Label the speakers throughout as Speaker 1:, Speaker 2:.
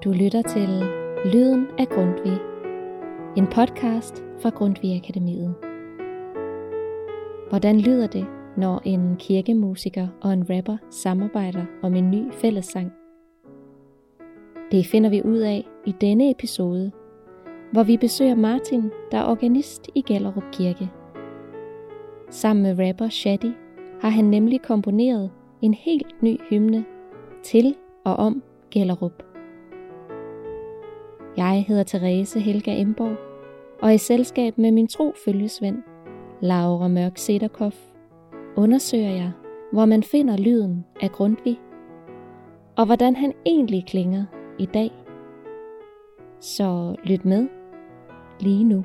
Speaker 1: Du lytter til Lyden af Grundtvig, en podcast fra Grundtvig Akademiet. Hvordan lyder det, når en kirkemusiker og en rapper samarbejder om en ny fællessang? Det finder vi ud af i denne episode, hvor vi besøger Martin, der er organist i Gellerup Kirke. Sammen med rapper Shadi har han nemlig komponeret en helt ny hymne til og om Gellerup. Jeg hedder Therese Helga Emborg, og i selskab med min tro følgesvend, Laura Mørk Sederkoff, undersøger jeg, hvor man finder lyden af Grundtvig, og hvordan han egentlig klinger i dag. Så lyt med lige nu.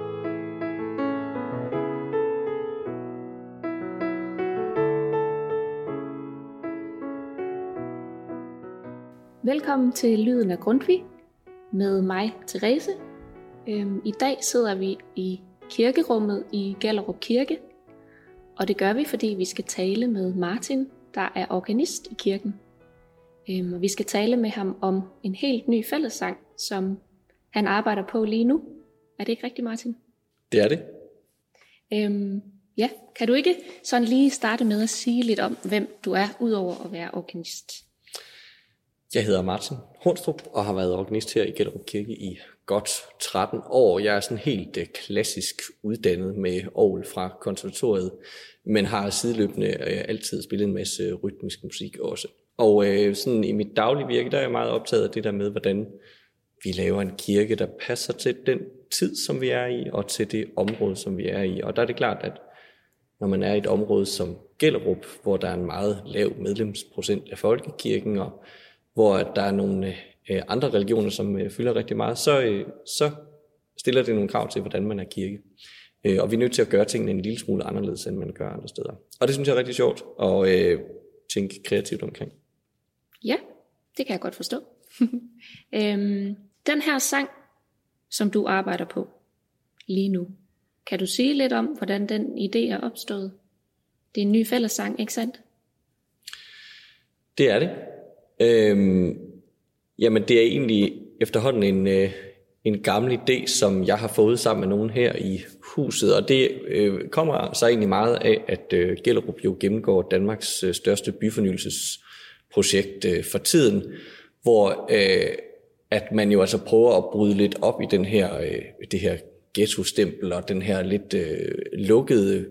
Speaker 1: Velkommen til Lyden af Grundtvig med mig, Therese. I dag sidder vi i kirkerummet i Gellerup Kirke, og det gør vi, fordi vi skal tale med Martin, der er organist i kirken. Og vi skal tale med ham om en helt ny fællessang, som han arbejder på lige nu. Er det ikke rigtigt, Martin?
Speaker 2: Det er det.
Speaker 1: Ja, kan du ikke sådan lige starte med at sige lidt om, hvem du er, udover at være organist?
Speaker 2: Jeg hedder Martin Hornstrup og har været organist her i Gellerup Kirke i godt 13 år. Jeg er sådan helt klassisk uddannet med orgel fra konservatoriet, men har sideløbende altid spillet en masse rytmisk musik også. Og sådan i mit daglige virke, der er jeg meget optaget af det der med, hvordan vi laver en kirke, der passer til den tid, som vi er i, og til det område, som vi er i. Og der er det klart, at når man er i et område som Gellerup, hvor der er en meget lav medlemsprocent af folkekirken, og hvor der er nogle andre religioner, som fylder rigtig meget, så stiller det nogle krav til, hvordan man er kirke. Og vi er nødt til at gøre tingene en lille smule anderledes, end man gør andre steder. Og det synes jeg er rigtig sjovt at tænke kreativt omkring.
Speaker 1: Ja, det kan jeg godt forstå. Den her sang, som du arbejder på lige nu, kan du sige lidt om, hvordan den idé er opstået? Det er en ny fællessang, ikke sandt?
Speaker 2: Det er det. Jamen det er egentlig efterhånden en gammel idé, som jeg har fået sammen med nogen her i huset, og det kommer så egentlig meget af, at Gellerup jo gennemgår Danmarks største byfornyelsesprojekt for tiden, hvor at man jo altså prøver at bryde lidt op i det her ghetto-stempel og den her lidt lukkede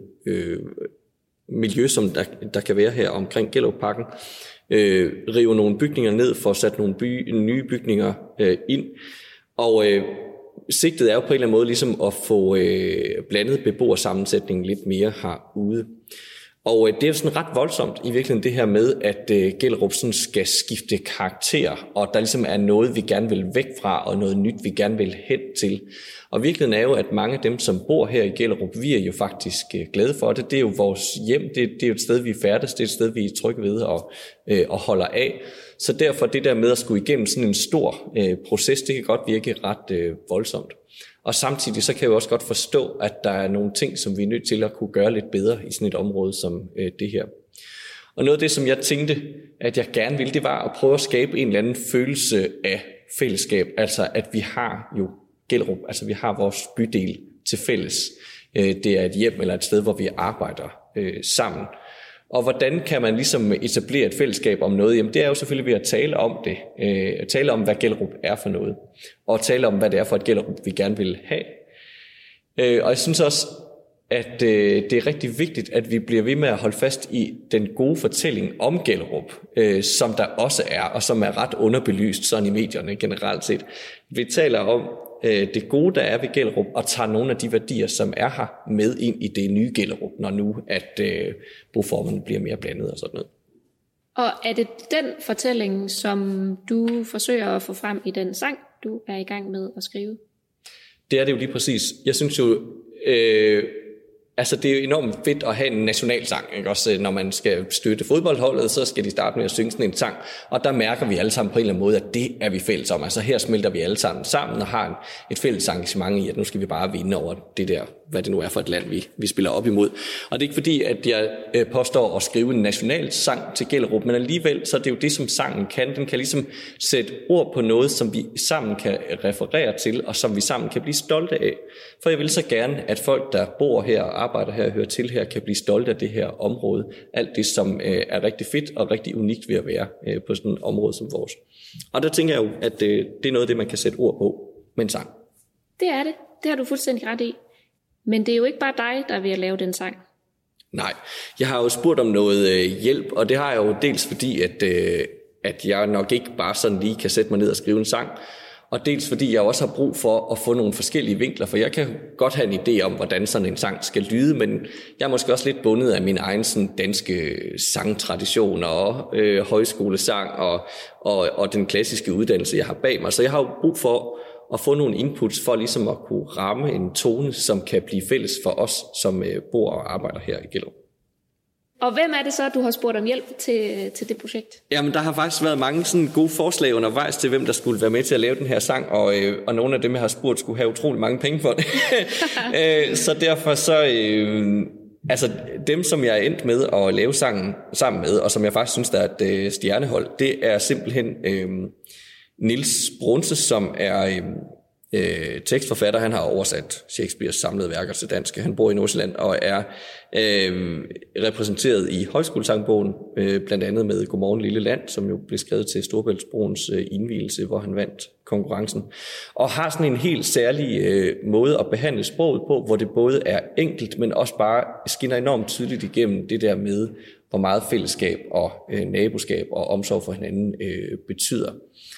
Speaker 2: miljø, som der kan være her omkring Gellerupparken. Rive nogle bygninger ned for at sætte nogle nye bygninger ind. Og sigtet er jo på en eller anden måde ligesom at få blandet beboersammensætningen lidt mere herude. Og det er jo sådan ret voldsomt i virkeligheden det her med, at Gellerup sådan skal skifte karakter, og der ligesom er noget, vi gerne vil væk fra, og noget nyt, vi gerne vil hen til. Og virkeligheden er jo, at mange af dem, som bor her i Gellerup, vi er jo faktisk glade for det. Det er jo vores hjem, det er jo et sted, vi færdes, det er et sted, vi er trygge ved og holder af. Så derfor det der med at skulle igennem sådan en stor proces, det kan godt virke ret voldsomt. Og samtidig så kan jeg jo også godt forstå, at der er nogle ting, som vi er nødt til at kunne gøre lidt bedre i sådan et område som det her. Og noget af det, som jeg tænkte, at jeg gerne ville, det var at prøve at skabe en eller anden følelse af fællesskab. Altså at vi har jo Gellerup, altså vi har vores bydel til fælles. Det er et hjem eller et sted, hvor vi arbejder sammen. Og hvordan kan man ligesom etablere et fællesskab om noget? Jamen det er jo selvfølgelig ved at tale om det. Tale om, hvad Gellerup er for noget. Og tale om, hvad det er for et Gellerup, vi gerne vil have. Og jeg synes også, at det er rigtig vigtigt, at vi bliver ved med at holde fast i den gode fortælling om Gellerup, som der også er, og som er ret underbelyst sådan i medierne generelt set. Vi taler om det gode, der er ved Gellerup, og tager nogle af de værdier, som er her, med ind i det nye Gellerup, når nu at boformerne bliver mere blandet og sådan noget.
Speaker 1: Og er det den fortælling, som du forsøger at få frem i den sang, du er i gang med at skrive?
Speaker 2: Det er det jo lige præcis. Jeg synes jo, altså det er jo enormt fedt at have en nationalsang, ikke? Også når man skal støtte fodboldholdet, så skal de starte med at synge sådan en sang, og der mærker vi alle sammen på en eller anden måde, at det er vi fælles om. Altså her smelter vi alle sammen og har et fælles engagement i, at nu skal vi bare vinde over det der hvad det nu er for et land, vi spiller op imod. Og det er ikke fordi, at jeg påstår at skrive en national sang til Gellerup, men alligevel så er det jo det, som sangen kan. Den kan ligesom sætte ord på noget, som vi sammen kan referere til, og som vi sammen kan blive stolte af. For jeg vil så gerne, at folk, der bor her og arbejder her og hører til her, kan blive stolte af det her område. Alt det, som er rigtig fedt og rigtig unikt ved at være på sådan et område som vores. Og der tænker jeg jo, at det er noget af det, man kan sætte ord på med en sang.
Speaker 1: Det er det. Det har du fuldstændig ret i. Men det er jo ikke bare dig, der er ved at lave den sang.
Speaker 2: Nej, jeg har jo spurgt om noget hjælp, og det har jeg jo dels fordi, at jeg nok ikke bare sådan lige kan sætte mig ned og skrive en sang, og dels fordi jeg også har brug for at få nogle forskellige vinkler, for jeg kan godt have en idé om, hvordan sådan en sang skal lyde, men jeg er måske også lidt bundet af min egen sådan danske sangtradition og højskolesang og den klassiske uddannelse, jeg har bag mig. Så jeg har jo brug for at få nogle inputs for ligesom at kunne ramme en tone, som kan blive fælles for os, som bor og arbejder her i Gellerup.
Speaker 1: Og hvem er det så, du har spurgt om hjælp til det projekt?
Speaker 2: Jamen, der har faktisk været mange sådan gode forslag undervejs til, hvem der skulle være med til at lave den her sang, og nogle af dem, jeg har spurgt, skulle have utrolig mange penge for det. Så derfor så... altså, dem, som jeg er endt med at lave sangen sammen med, og som jeg faktisk synes, der er et stjernehold, det er simpelthen Niels Brunse, som er tekstforfatter. Han har oversat Shakespeares samlede værker til dansk. Han bor i Nordsjælland og er repræsenteret i Højskolesangbogen, blandt andet med Godmorgen Lille Land, som jo blev skrevet til Storebæltsbroens indvielse, hvor han vandt konkurrencen. Og har sådan en helt særlig måde at behandle sproget på, hvor det både er enkelt, men også bare skinner enormt tydeligt igennem det der med, hvor meget fællesskab og naboskab og omsorg for hinanden betyder.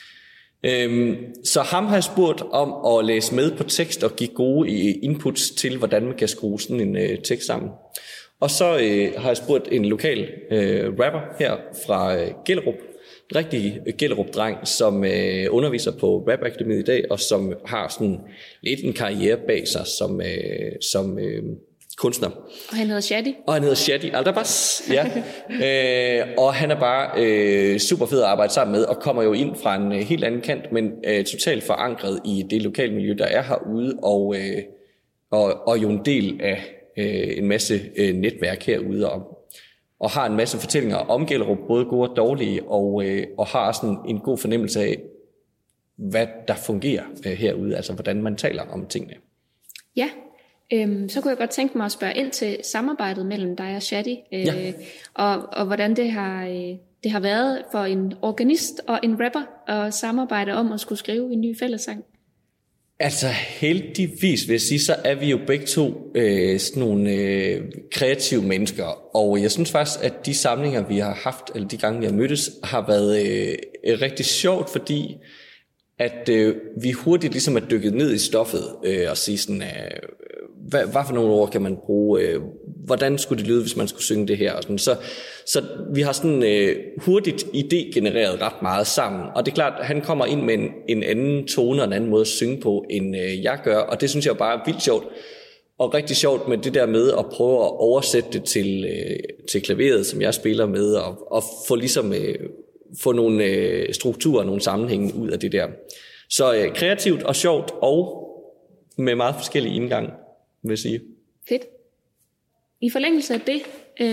Speaker 2: Så ham har jeg spurgt om at læse med på tekst og give gode inputs til, hvordan man kan skrue sådan en tekst sammen. Og så har jeg spurgt en lokal rapper her fra Gellerup, en rigtig Gellerup-dreng, som underviser på Rap Akademiet i dag, og som har sådan lidt en karriere bag sig som kunstner.
Speaker 1: Og han hedder Shadi.
Speaker 2: Aldabas, ja. Og han er bare super fed at arbejde sammen med, og kommer jo ind fra en helt anden kant, men totalt forankret i det lokale miljø, der er herude, og jo en del af en masse netværk herude, og har en masse fortællinger om Gellerup, både gode og dårlige, og har sådan en god fornemmelse af, hvad der fungerer herude, altså hvordan man taler om tingene.
Speaker 1: Ja. Så kunne jeg godt tænke mig at spørge ind til samarbejdet mellem dig og Shadi, og hvordan det har været for en organist og en rapper at samarbejde om at skulle skrive en ny fællessang.
Speaker 2: Altså heldigvis vil jeg sige, så er vi jo begge to sådan nogle kreative mennesker, og jeg synes faktisk, at de samlinger, vi har haft, eller de gange, vi har mødtes, har været rigtig sjovt, fordi at vi hurtigt ligesom er dykket ned i stoffet og sige sådan, hvad for nogle ord kan man bruge, hvordan skulle det lyde, hvis man skulle synge det her, og sådan. Så vi har sådan hurtigt idé genereret ret meget sammen, og det er klart, at han kommer ind med en anden tone og en anden måde at synge på, end jeg gør, og det synes jeg bare er vildt sjovt, og rigtig sjovt med det der med at prøve at oversætte det til klaveret, som jeg spiller med, og få ligesom få nogle strukturer, nogle sammenhænge ud af det der. Så kreativt og sjovt, og med meget forskellige indgang, vil jeg sige.
Speaker 1: Fedt. I forlængelse af det,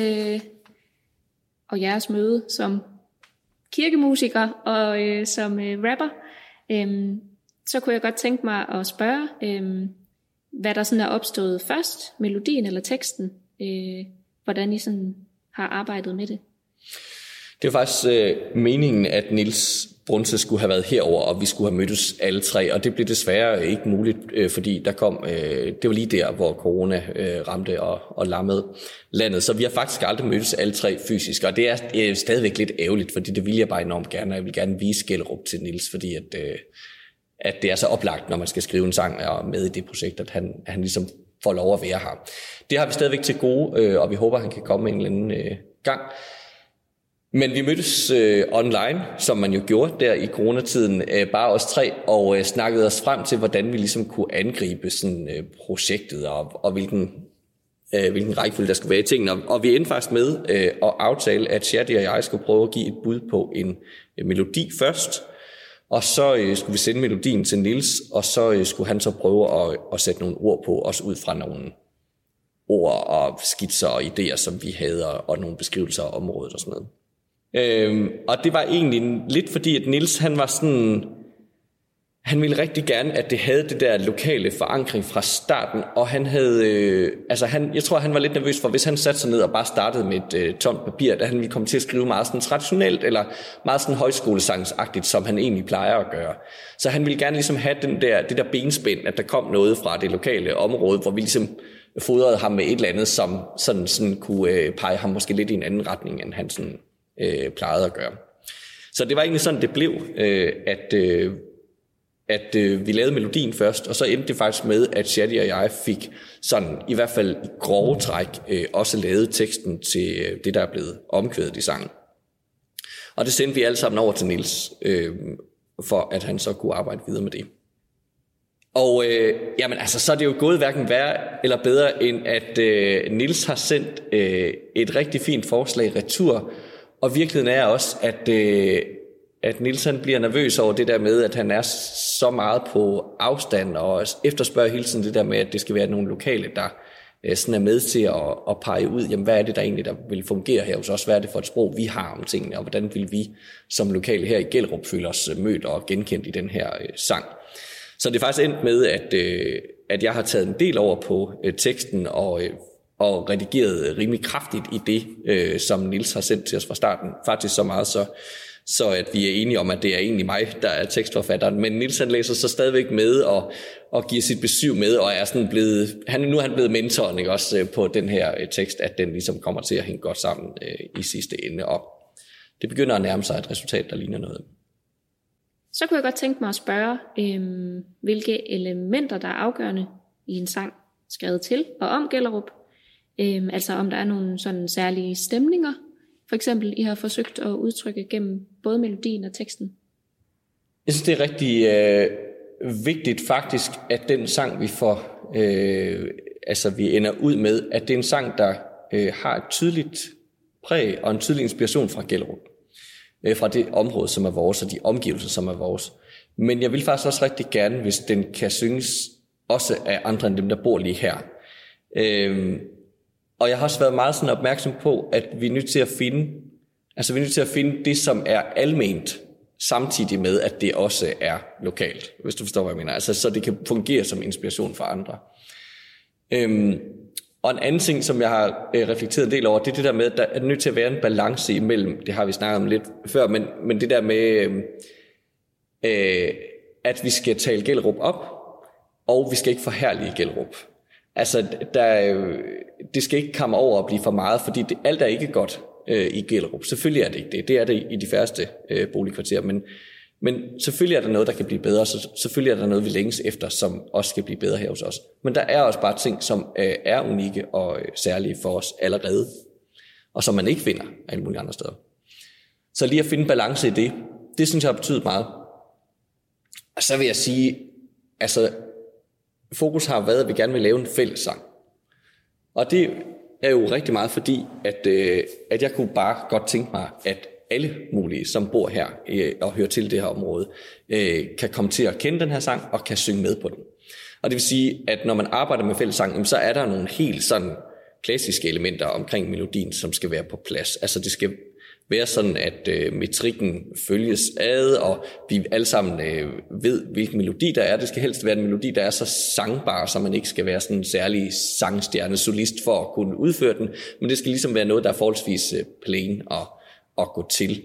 Speaker 1: og jeres møde som kirkemusiker og som rapper, så kunne jeg godt tænke mig at spørge, hvad der sådan er opstået først, melodien eller teksten, hvordan I sådan har arbejdet med det.
Speaker 2: Det var faktisk meningen, at Niels Brunse skulle have været herover, og vi skulle have mødtes alle tre, og det blev desværre ikke muligt, fordi der kom, det var lige der, hvor corona ramte og lammede landet, så vi har faktisk aldrig mødtes alle tre fysisk, og det er stadigvæk lidt ærgerligt, fordi det vil jeg bare enormt gerne, og jeg vil gerne vise Gellerup til Niels, fordi at det er så oplagt, når man skal skrive en sang og med i det projekt, at han ligesom får lov at være her. Det har vi stadigvæk til gode, og vi håber, han kan komme en eller anden gang. Men vi mødtes online, som man jo gjorde der i coronatiden, bare os tre, og snakkede os frem til, hvordan vi ligesom kunne angribe sådan, projektet, og hvilken rækkefølge der skulle være i tingene. Og vi endte faktisk med at aftale, at Shadi og jeg skulle prøve at give et bud på en melodi først, og så skulle vi sende melodien til Niels, og så skulle han så prøve at sætte nogle ord på, også ud fra ord og skitser og idéer, som vi havde, og nogle beskrivelser af området og sådan noget. Og det var egentlig lidt fordi, at Niels, han ville rigtig gerne, at det havde det der lokale forankring fra starten, og han havde, jeg tror, han var lidt nervøs for, hvis han satte sig ned og bare startede med et tomt papir, da han ville komme til at skrive meget sådan traditionelt, eller meget sådan højskolesangsagtigt, som han egentlig plejer at gøre. Så han ville gerne ligesom have det der benspænd, at der kom noget fra det lokale område, hvor vi ligesom fodrede ham med et eller andet, som sådan kunne pege ham måske lidt i en anden retning, end han sådan plejede at gøre. Så det var egentlig sådan, det blev, at vi lavede melodien først, og så endte det faktisk med, at Shadi og jeg fik sådan, i hvert fald i grove træk, også lavet teksten til det, der er blevet omkvædet i sangen. Og det sendte vi alle sammen over til Niels, for at han så kunne arbejde videre med det. Og så er det jo gået hverken værre eller bedre, end at Niels har sendt et rigtig fint forslag retur, og virkeligheden er også, at Niels han bliver nervøs over det der med, at han er så meget på afstand, og efterspørger hele tiden det der med, at det skal være nogle lokale, der sådan er med til at pege ud, jamen hvad er det der egentlig, der vil fungere her hos os, hvad er det for et sprog, vi har om tingene, og hvordan vil vi som lokale her i Gellerup føle os mødt og genkendt i den her sang. Så det er faktisk endt med, at jeg har taget en del over på teksten og redigeret rimelig kraftigt i det, som Niels har sendt til os fra starten. Faktisk så meget, så at vi er enige om, at det er egentlig mig, der er tekstforfatteren. Men Niels han læser så stadigvæk med og giver sit besyv med, og er sådan nu er han blevet mentoren, ikke, også på den her tekst, at den ligesom kommer til at hænge godt sammen i sidste ende. Og det begynder at nærme sig et resultat, der ligner noget.
Speaker 1: Så kunne jeg godt tænke mig at spørge, hvilke elementer, der er afgørende i en sang skrevet til og om Gellerup. Altså om der er nogle sådan særlige stemninger, for eksempel I har forsøgt at udtrykke gennem både melodien og teksten.
Speaker 2: Jeg synes, det er rigtig vigtigt faktisk, at den sang, vi får, vi ender ud med, at det er en sang, der har et tydeligt præg og en tydelig inspiration fra Gellerup. Fra det område, som er vores, og de omgivelser, som er vores. Men jeg vil faktisk også rigtig gerne, hvis den kan synges også af andre end dem, der bor lige her. Og jeg har også været meget sådan opmærksom på, at vi er nødt til at finde det, som er alment, samtidig med, at det også er lokalt, hvis du forstår, hvad jeg mener. Altså, så det kan fungere som inspiration for andre. Og en anden ting, som jeg har reflekteret en del over, det er det der med, at der er nødt til at være en balance imellem, det har vi snakket om lidt før, men det der med, at vi skal tale Gellerup op, og vi skal ikke forherlige Gellerup. Altså, det skal ikke komme over og blive for meget, fordi alt er ikke godt i Gellerup. Selvfølgelig er det ikke det. Det er det i de færreste boligkvarterer, men selvfølgelig er der noget, der kan blive bedre, så selvfølgelig er der noget, vi længes efter, som også skal blive bedre her hos os. Men der er også bare ting, som er unikke og særlige for os allerede, og som man ikke finder alle mulige andre steder. Så lige at finde balance i det synes jeg har betydet meget. Og så vil jeg sige, altså fokus har været, at vi gerne vil lave en fællessang. Og det er jo rigtig meget fordi, at jeg kunne bare godt tænke mig, at alle mulige, som bor her og hører til det her område, kan komme til at kende den her sang og kan synge med på den. Og det vil sige, at når man arbejder med fællessang, så er der nogle helt sådan klassiske elementer omkring melodien, som skal være på plads. Altså det skal være sådan, at metrikken følges ad, og vi alle sammen ved, hvilken melodi der er. Det skal helst være en melodi, der er så sangbar, så man ikke skal være sådan en særlig sangstjerne solist for at kunne udføre den, men det skal ligesom være noget, der er forholdsvis plain at gå til.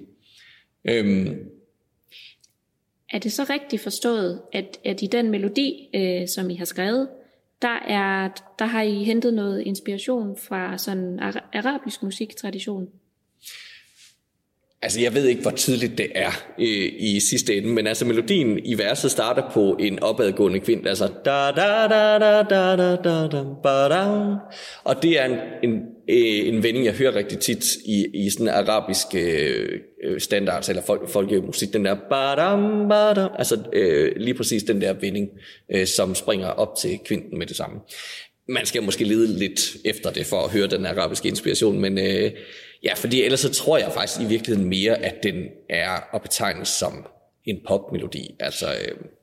Speaker 1: Er det så rigtigt forstået, at i den melodi, som I har skrevet, der har I hentet noget inspiration fra sådan arabisk musiktradition?
Speaker 2: Altså, jeg ved ikke, hvor tydeligt det er i sidste ende, men altså melodien i verset starter på en opadgående kvint, altså da da da da da da da da ba da. Og det er en vending, jeg hører rigtig tit i sådan arabisk standards eller folkemusik, den der ba da ba da, altså lige præcis den der vending, som springer op til kvinten med det samme. Man skal måske lede lidt efter det for at høre den arabiske inspiration, men ja, fordi ellers så tror jeg faktisk i virkeligheden mere, at den er at betegnes som en popmelodi. Altså,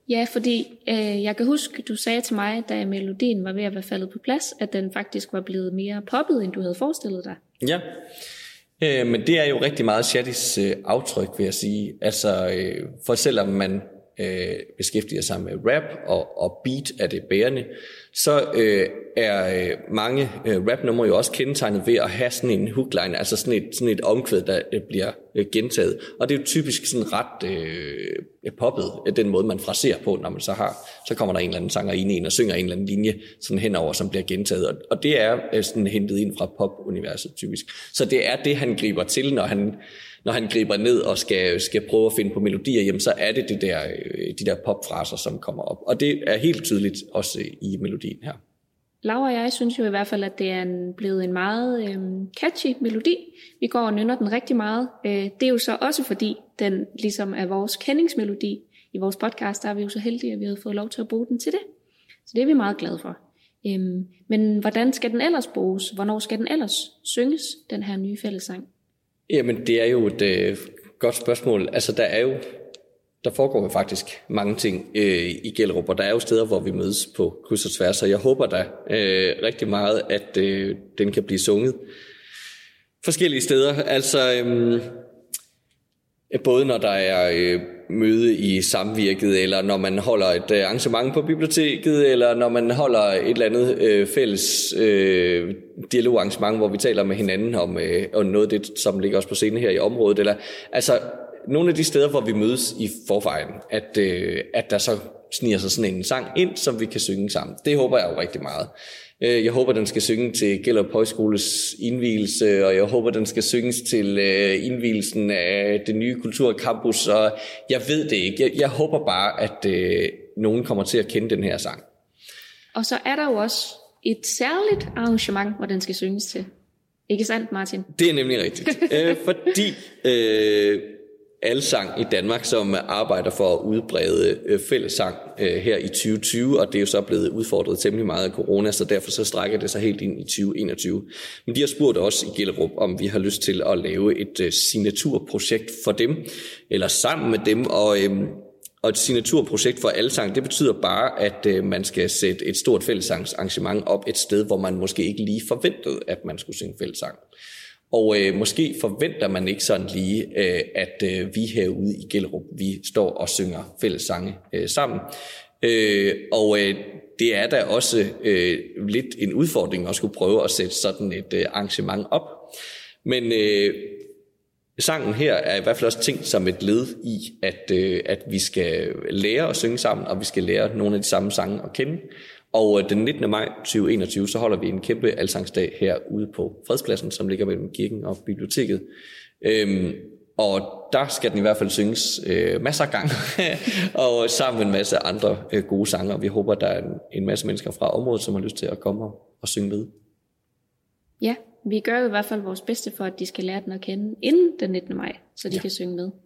Speaker 1: Ja, fordi jeg kan huske, du sagde til mig, da melodien var ved at være faldet på plads, at den faktisk var blevet mere poppet, end du havde forestillet dig.
Speaker 2: Ja, men det er jo rigtig meget Shadis aftryk, vil jeg sige. Altså, for selvom man beskæftiger sig med rap, og beat er det bærende, så er mange rapnumre jo også kendetegnet ved at have sådan en hookline, altså sådan et omkvæd, der bliver gentaget. Og det er jo typisk sådan ret poppet, den måde man fraserer på, når man så kommer der en eller anden sanger ind i en og synger en eller anden linje sådan henover, som bliver gentaget. Og det er sådan hentet ind fra pop-universet typisk. Så det er det, han griber til, når han griber ned og skal prøve at finde på melodier, jamen så er det de der popfraser, som kommer op. Og det er helt tydeligt også i melodien her.
Speaker 1: Laura og jeg synes jo i hvert fald, at det er blevet en meget catchy melodi. Vi går og nynner den rigtig meget. Det er jo så også fordi, den ligesom er vores kendingsmelodi. I vores podcast der er vi jo så heldige, at vi havde fået lov til at bruge den til det. Så det er vi meget glade for. Men hvordan skal den ellers bruges? Hvornår skal den ellers synges, den her nye fællessang?
Speaker 2: Jamen, det er jo et godt spørgsmål. Altså, der foregår jo faktisk mange ting i Gellerup, og der er jo steder, hvor vi mødes på kryds og tværs, så jeg håber da rigtig meget, at den kan blive sunget forskellige steder. Altså, både når der er møde i Samvirket, eller når man holder et arrangement på biblioteket, eller når man holder et eller andet fælles dialogarrangement, hvor vi taler med hinanden om noget af det, som ligger også på scenen her i området. Eller, altså, nogle af de steder, hvor vi mødes i forvejen, at der så sniger sig sådan en sang ind, som vi kan synge sammen. Det håber jeg jo rigtig meget. Jeg håber, den skal synge til Gellerup Højskoles indvielse, og jeg håber, den skal synges til indvielsen af det nye kulturcampus, og jeg ved det ikke. Jeg håber bare, at nogen kommer til at kende den her sang.
Speaker 1: Og så er der jo også et særligt arrangement, hvor den skal synges til. Ikke sandt, Martin?
Speaker 2: Det er nemlig rigtigt. Fordi Alsang i Danmark, som arbejder for at udbrede fællessang her i 2020, og det er jo så blevet udfordret temmelig meget af corona, så derfor så strækker det sig helt ind i 2021. Men de har spurgt os i Gellerup, om vi har lyst til at lave et signaturprojekt for dem, eller sammen med dem, og et signaturprojekt for Alsang, det betyder bare, at man skal sætte et stort fællessangsarrangement op et sted, hvor man måske ikke lige forventede, at man skulle synge fællessang. Og måske forventer man ikke sådan lige, at vi herude i Gellerup, vi står og synger fællessange sammen. Og det er da også lidt en udfordring at skulle prøve at sætte sådan et arrangement op. Men sangen her er i hvert fald også tænkt som et led i, at vi skal lære at synge sammen, og vi skal lære nogle af de samme sange at kende. Og den 19. maj 2021, så holder vi en kæmpe alsangsdag herude på Fredspladsen, som ligger mellem kirken og biblioteket. Og der skal den i hvert fald synges masser af gange, og sammen med en masse andre gode sanger. Vi håber, der er en masse mennesker fra området, som har lyst til at komme og synge med.
Speaker 1: Ja, vi gør jo i hvert fald vores bedste for, at de skal lære den at kende inden den 19. maj, så de kan synge med.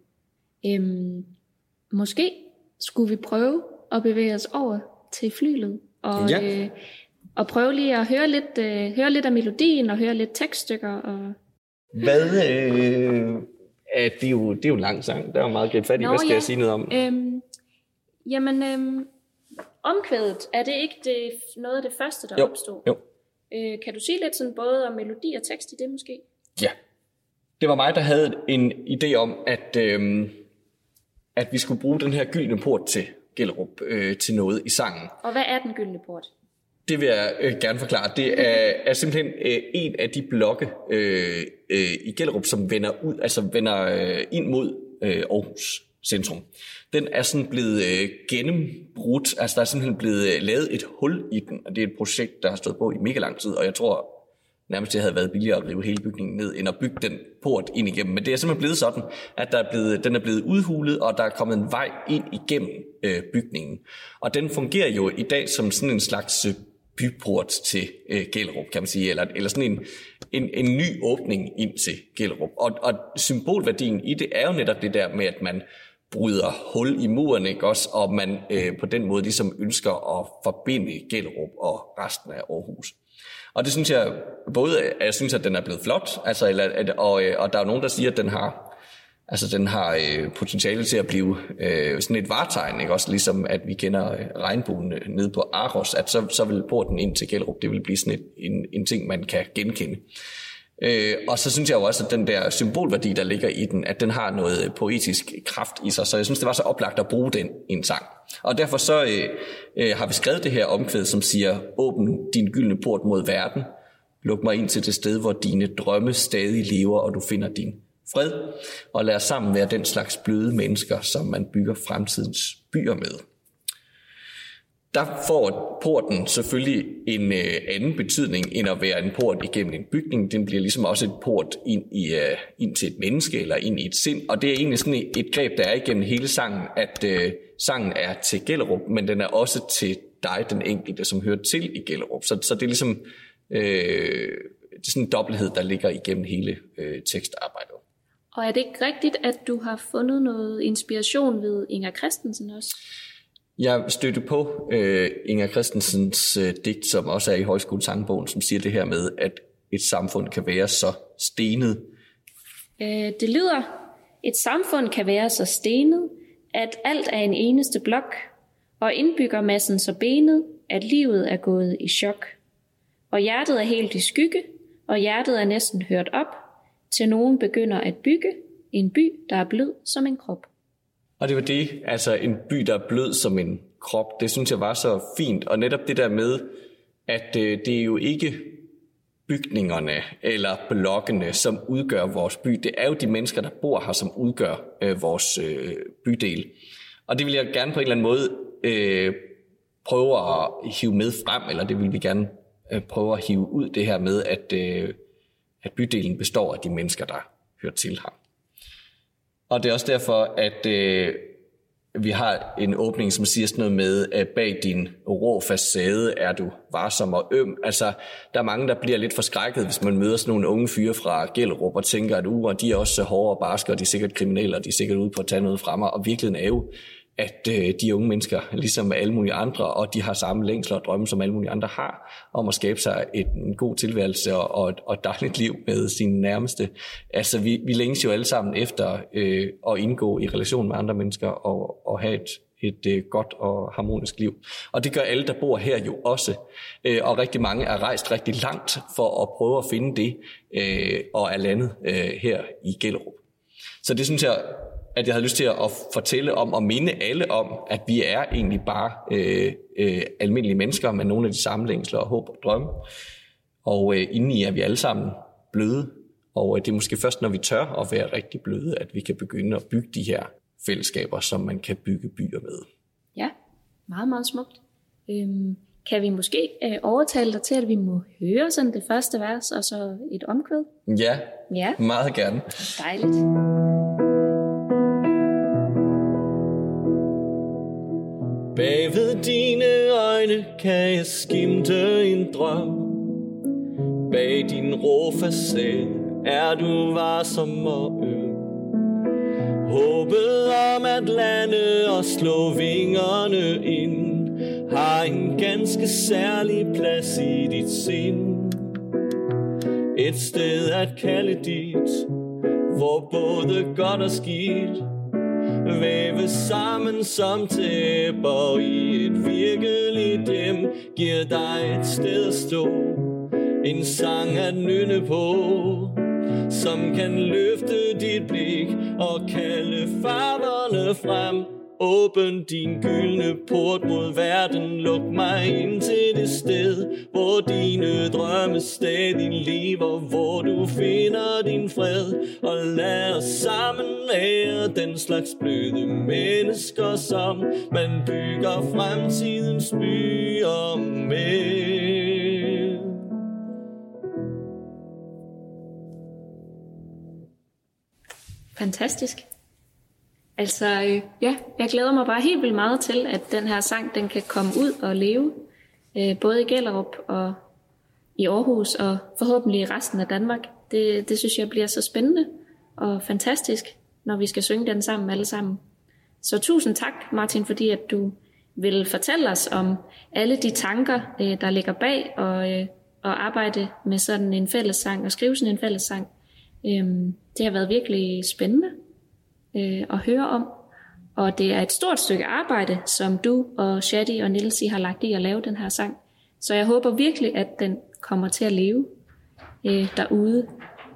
Speaker 1: Måske skulle vi prøve at bevæge os over til flylet, og prøve lige at høre lidt af melodien, og høre lidt tekststykker. Og
Speaker 2: Hvad? Det er jo en lang sang. Der er jo meget gribt fat i. Hvad skal jeg sige noget om?
Speaker 1: Omkvædet, er det ikke noget af det første, der opstod?
Speaker 2: Jo.
Speaker 1: Kan du sige lidt sådan både om melodi og tekst i det måske?
Speaker 2: Ja. Det var mig, der havde en idé om, at vi skulle bruge den her gyldne port til Gellerup til noget i sangen.
Speaker 1: Og hvad er den gyldne port?
Speaker 2: Det vil jeg gerne forklare. Det er simpelthen en af de blokke i Gellerup, som vender ind mod Aarhus centrum. Den er sådan blevet gennembrudt, altså der er simpelthen blevet lavet et hul i den, og det er et projekt, der har stået på i mega lang tid, og jeg tror nærmest det havde været billigere at rive hele bygningen ned, end at bygge den port ind igennem. Men det er simpelthen blevet sådan, at den er blevet udhulet, og der er kommet en vej ind igennem bygningen. Og den fungerer jo i dag som sådan en slags byport til Gellerup, kan man sige, eller sådan en ny åbning ind til Gellerup. Og symbolværdien i det er jo netop det der med, at man bryder hul i muren, ikke også, og man på den måde ligesom ønsker at forbinde Gellerup og resten af Aarhus. Og det synes jeg, jeg synes, at den er blevet flot, altså, og der er nogen, der siger, at den har Altså den har potentiale til at blive sådan et vartegn, ikke? Også ligesom at vi kender regnbuen nede på Aros, at så vil porten ind til Gellerup, det vil blive sådan en ting, man kan genkende. Og så synes jeg jo også, at den der symbolværdi, der ligger i den, at den har noget poetisk kraft i sig, så jeg synes, det var så oplagt at bruge den i en sang. Og derfor så har vi skrevet det her omkvæd, som siger: åbn din gyldne port mod verden, luk mig ind til det sted, hvor dine drømme stadig lever, og du finder din fred, og lad os sammen være den slags bløde mennesker, som man bygger fremtidens byer med. Der får porten selvfølgelig en anden betydning, end at være en port igennem en bygning. Den bliver ligesom også et port ind til et menneske, eller ind i et sind, og det er egentlig sådan et greb, der er igennem hele sangen, at sangen er til Gellerup, men den er også til dig, den enkelte, som hører til i Gellerup. Så det er ligesom det er sådan en dobbelthed, der ligger igennem hele tekstarbejdet.
Speaker 1: Og er det ikke rigtigt, at du har fundet noget inspiration ved Inger Christensen også?
Speaker 2: Jeg stødte på Inger Christensens digt, som også er i Højskolesangbogen, som siger det her med, at et samfund kan være så stenet.
Speaker 1: Det lyder: et samfund kan være så stenet, at alt er en eneste blok, og indbyggermassen så benet, at livet er gået i chok. Og hjertet er helt i skygge, og hjertet er næsten hørt op, til nogen begynder at bygge en by, der er blød som en krop.
Speaker 2: Og det var det, altså en by, der er blød som en krop, det synes jeg var så fint. Og netop det der med, at det er jo ikke bygningerne eller blokkene, som udgør vores by. Det er jo de mennesker, der bor her, som udgør vores bydel. Og det vil jeg gerne på en eller anden måde prøve at hive med frem, eller det vil vi gerne prøve at hive ud, det her med, at bydelen består af de mennesker, der hører til her. Og det er også derfor, at vi har en åbning, som siger sådan noget med, at bag din rå facade er du varsom og øm. Altså, der er mange, der bliver lidt forskrækket, hvis man møder sådan nogle unge fyre fra Gellerup og tænker, at de er også hårde og barske, og de er sikkert kriminelle, og de er sikkert ude på at tage noget fra mig. Og virkeligheden er jo, at de unge mennesker, ligesom alle mulige andre, og de har samme længsler og drømme, som alle mulige andre har, om at skabe sig en god tilværelse og et dejligt liv med sine nærmeste. Altså, vi længes jo alle sammen efter at indgå i relation med andre mennesker og have et godt og harmonisk liv. Og det gør alle, der bor her jo også. Og rigtig mange er rejst rigtig langt for at prøve at finde det, og er landet her i Gellerup. Så det synes jeg, at jeg havde lyst til at fortælle om og minde alle om, at vi er egentlig bare almindelige mennesker med nogle af de samme længsler og håb og drømme. Og indeni er vi alle sammen bløde. Og det er måske først, når vi tør at være rigtig bløde, at vi kan begynde at bygge de her fællesskaber, som man kan bygge byer med.
Speaker 1: Ja, meget, meget smukt. Kan vi måske overtale dig til, at vi må høre sådan det første vers, og så et omkvæd?
Speaker 2: Ja, meget gerne.
Speaker 1: Dejligt.
Speaker 2: Bagved dine øjne kan jeg skimte en drøm. Bag din rå facade er du varsom og øm. Håbet om at lande og slå vingerne ind har en ganske særlig plads i dit sind. Et sted at kalde dit, hvor både godt og skidt væves sammen som tæpper i et virkeligt hjem, giver dig et sted at stå, en sang at nynne på, som kan løfte dit blik og kalde farverne frem. Åbn din gyldne port mod verden, luk mig ind til det sted, hvor dine drømme stadig lever, hvor du finder din fred. Og lad os sammen være den slags bløde mennesker, som man bygger fremtidens byer med.
Speaker 1: Fantastisk. Altså, ja, jeg glæder mig bare helt vildt meget til, at den her sang, den kan komme ud og leve, både i Gellerup og i Aarhus, og forhåbentlig i resten af Danmark. Det synes jeg bliver så spændende og fantastisk, når vi skal synge den sammen alle sammen. Så tusind tak, Martin, fordi at du vil fortælle os om alle de tanker, der ligger bag, og arbejde med sådan en fællessang, og skrive sådan en fællessang. Det har været virkelig spændende. at høre om. Og det er et stort stykke arbejde, som du og Shadi og Niels har lagt i at lave den her sang. Så jeg håber virkelig, at den kommer til at leve derude.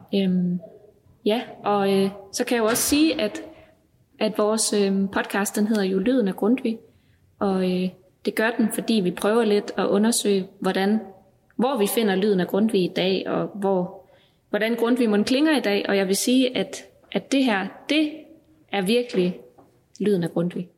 Speaker 1: Så kan jeg jo også sige, at vores podcast, den hedder jo Lyden af Grundtvig. Og det gør den, fordi vi prøver lidt at undersøge, hvor vi finder lyden af Grundtvig i dag, og hvordan Grundtvig mon klinger i dag. Og jeg vil sige, at det her, det er virkelig lyden af Grundtvig.